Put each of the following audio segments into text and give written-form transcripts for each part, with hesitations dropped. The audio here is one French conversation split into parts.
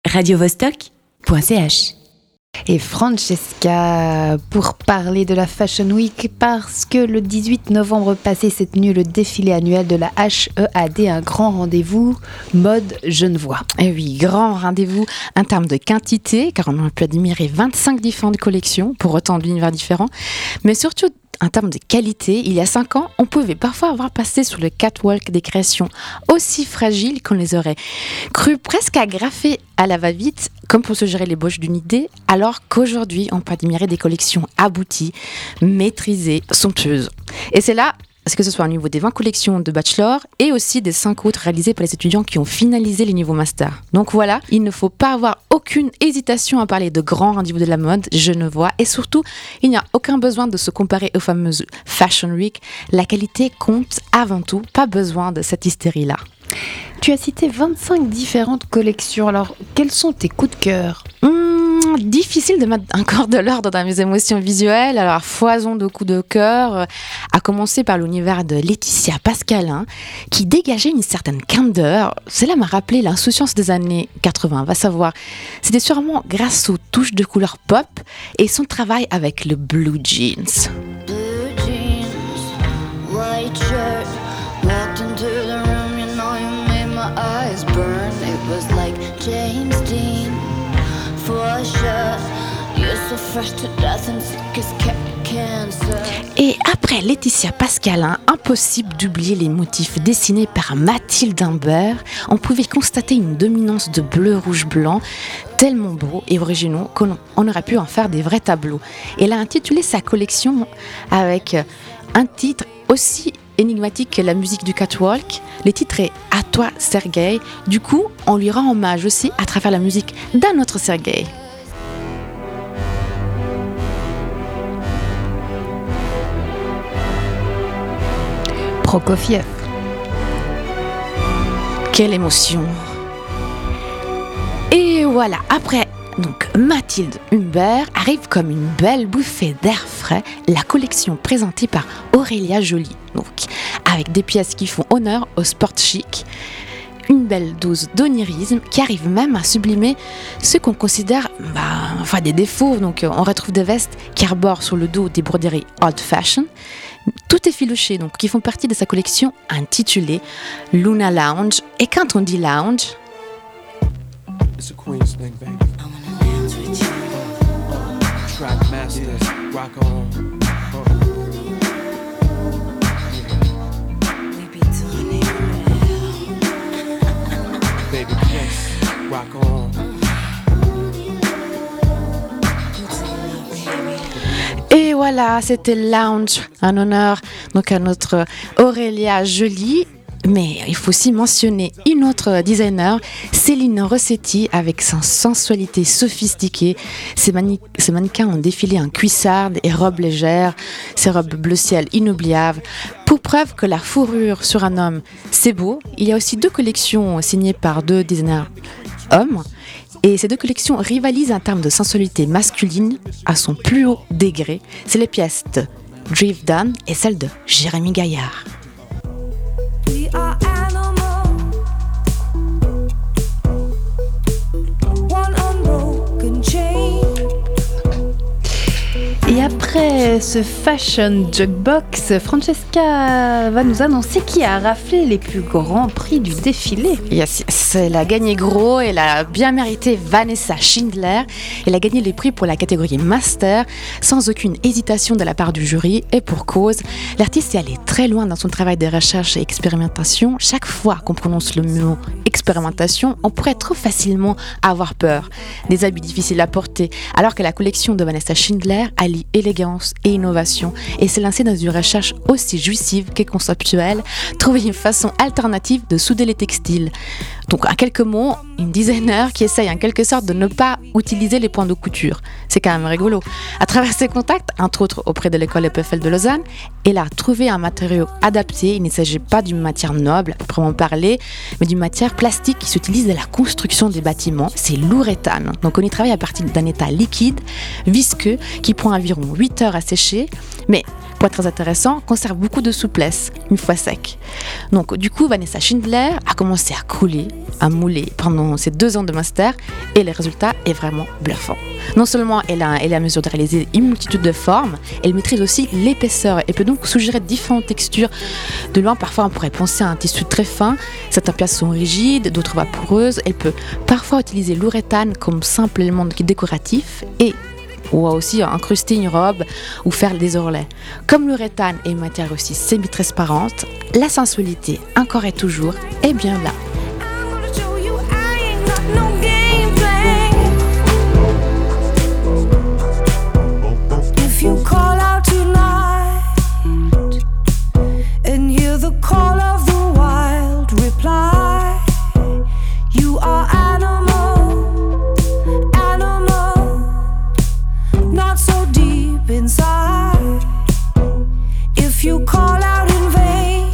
radiovostok.ch. Et Francesca, pour parler de la Fashion Week, parce que le 18 novembre passé s'est tenu le défilé annuel de la HEAD, un grand rendez-vous mode Genevois. Et oui, grand rendez-vous en termes de quantité, car on a pu admirer 25 différentes collections pour autant d'univers différents, mais surtout en termes de qualité. Il y a 5 ans, on pouvait parfois avoir passé sur le catwalk des créations aussi fragiles qu'on les aurait cru presque agrafées à la va-vite, comme pour se gérer l'ébauche d'une idée, alors qu'aujourd'hui, on peut admirer des collections abouties, maîtrisées, somptueuses. Et c'est là, que ce soit au niveau des 20 collections de bachelor et aussi des 5 autres réalisées par les étudiants qui ont finalisé les niveaux master. Donc voilà, il ne faut pas avoir aucune hésitation à parler de grands rendez-vous de la mode genevois, et surtout, il n'y a aucun besoin de se comparer aux fameuses Fashion Week. La qualité compte avant tout, pas besoin de cette hystérie-là. Tu as cité 25 différentes collections, alors quels sont tes coups de cœur ? Difficile de mettre encore de l'ordre dans mes émotions visuelles, alors foison de coups de cœur, à commencer par l'univers de Laetitia Pascalin, qui dégageait une certaine candeur. Cela m'a rappelé l'insouciance des années 80, va savoir. C'était sûrement grâce aux touches de couleur pop et son travail avec le blue jeans. Blue jeans, white shirt, walked into the room, you know you made my eyes burn. It was like James Dean. Et après Laetitia Pascalin, impossible d'oublier les motifs dessinés par Mathilde Imbert. On pouvait constater une dominance de bleu, rouge, blanc, tellement beaux et originaux qu'on aurait pu en faire des vrais tableaux. Elle a intitulé sa collection avec un titre aussi énigmatique que la musique du catwalk. Le titre est « À toi, Sergueï ». Du coup, on lui rend hommage aussi à travers la musique d'un autre Sergueï. Prokofiev. Quelle émotion! Et voilà, après donc Mathilde Humbert arrive comme une belle bouffée d'air frais la collection présentée par Aurélia Joly, donc avec des pièces qui font honneur au sport chic, une belle dose d'onirisme qui arrive même à sublimer ce qu'on considère des défauts. Donc on retrouve des vestes qui arborent sur le dos des broderies old fashion. Tout est filouché, donc qui font partie de sa collection intitulée Luna Lounge. Et quand on dit lounge, it's a Queen's thing, baby. I'm gonna dance with you. Track masters, rock on. We be doing it real. Baby, yes, rock on. et voilà, c'était Lounge, un honneur donc à notre Aurélia Joly. Mais il faut aussi mentionner une autre designer, Céline Rossetti, avec sa sensualité sophistiquée. Ses mannequins ont défilé en cuissarde et robes légères, ces robes bleu ciel inoubliables. Pour preuve que la fourrure sur un homme, c'est beau, il y a aussi 2 collections signées par 2 designers hommes. Et ces 2 collections rivalisent en termes de sensualité masculine à son plus haut degré. C'est les pièces de Drive Down et celle de Jérémy Gaillard. We are animal, one unbroken chain. Et après ce Fashion Jukebox, Francesca va nous annoncer qui a raflé les plus grands prix du défilé. Yes, elle a gagné gros, elle a bien mérité Vanessa Schindler. Elle a gagné les prix pour la catégorie Master, sans aucune hésitation de la part du jury, et pour cause. L'artiste est allée très loin dans son travail de recherche et expérimentation. Chaque fois qu'on prononce le mot expérimentation, on pourrait trop facilement avoir peur. Des habits difficiles à porter, alors que la collection de Vanessa Schindler allie élégance et innovation et s'est lancée dans une recherche aussi jouissive que conceptuelle, trouver une façon alternative de souder les textiles. Donc, en quelques mots, une designer qui essaye en quelque sorte de ne pas utiliser les points de couture. C'est quand même rigolo. À travers ses contacts, entre autres auprès de l'école EPFL de Lausanne, elle a trouvé un matériau adapté. Il ne s'agit pas d'une matière noble, à proprement parler, mais d'une matière plastique qui s'utilise dans la construction des bâtiments. C'est l'uréthane. Donc, on y travaille à partir d'un état liquide, visqueux, qui prend environ 8 heures à sécher. Mais pour être très intéressant, conserve beaucoup de souplesse une fois sec. Donc du coup, Vanessa Schindler a commencé à couler, à mouler pendant ses 2 ans de master et le résultat est vraiment bluffant. Non seulement elle est à mesure de réaliser une multitude de formes, elle maîtrise aussi l'épaisseur et peut donc suggérer différentes textures. De loin, parfois on pourrait penser à un tissu très fin, certaines pièces sont rigides, d'autres vaporeuses. Elle peut parfois utiliser l'uréthane comme simple élément décoratif et ou aussi incruster une robe ou faire des orlets. Comme l'uréthane est une matière aussi semi-transparente, la sensualité, encore et toujours, est bien là. I'm gonna show you I ain't got no game plan. If you call out tonight and hear the call of the wild, reply. You are animal, animal, not so deep inside. If you call out in vain,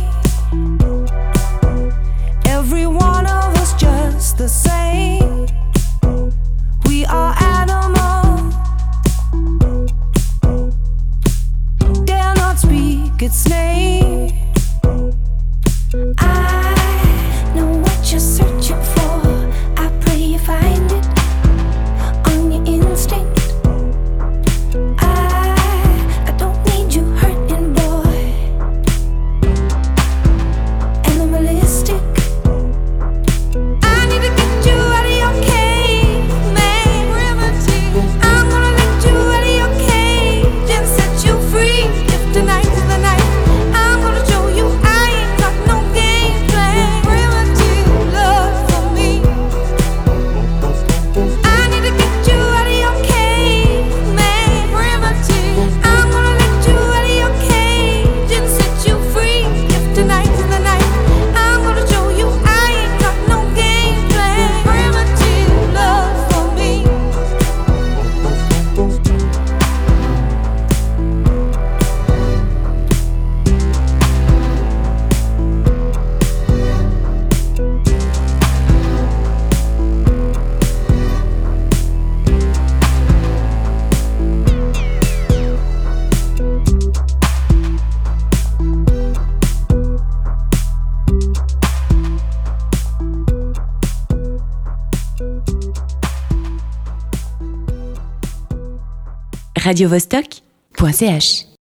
every one of us just the same. We are animal. Dare not speak its name. I know what you're searching for. I pray you find it on your instinct. I don't need you hurting, boy. Animalistic. I need to get you out of your cage, man. I'm gonna let you out of your cage and set you free. If tonight's the night, I'm gonna show you I ain't got no game plan. Primitive love for me. I need to get you out of your cage, man. Primitive. I'm gonna let you out of your cage and set you free. If tonight's the night, I'm gonna show you I ain't got no game plan. Primitive love for me. radiovostok.ch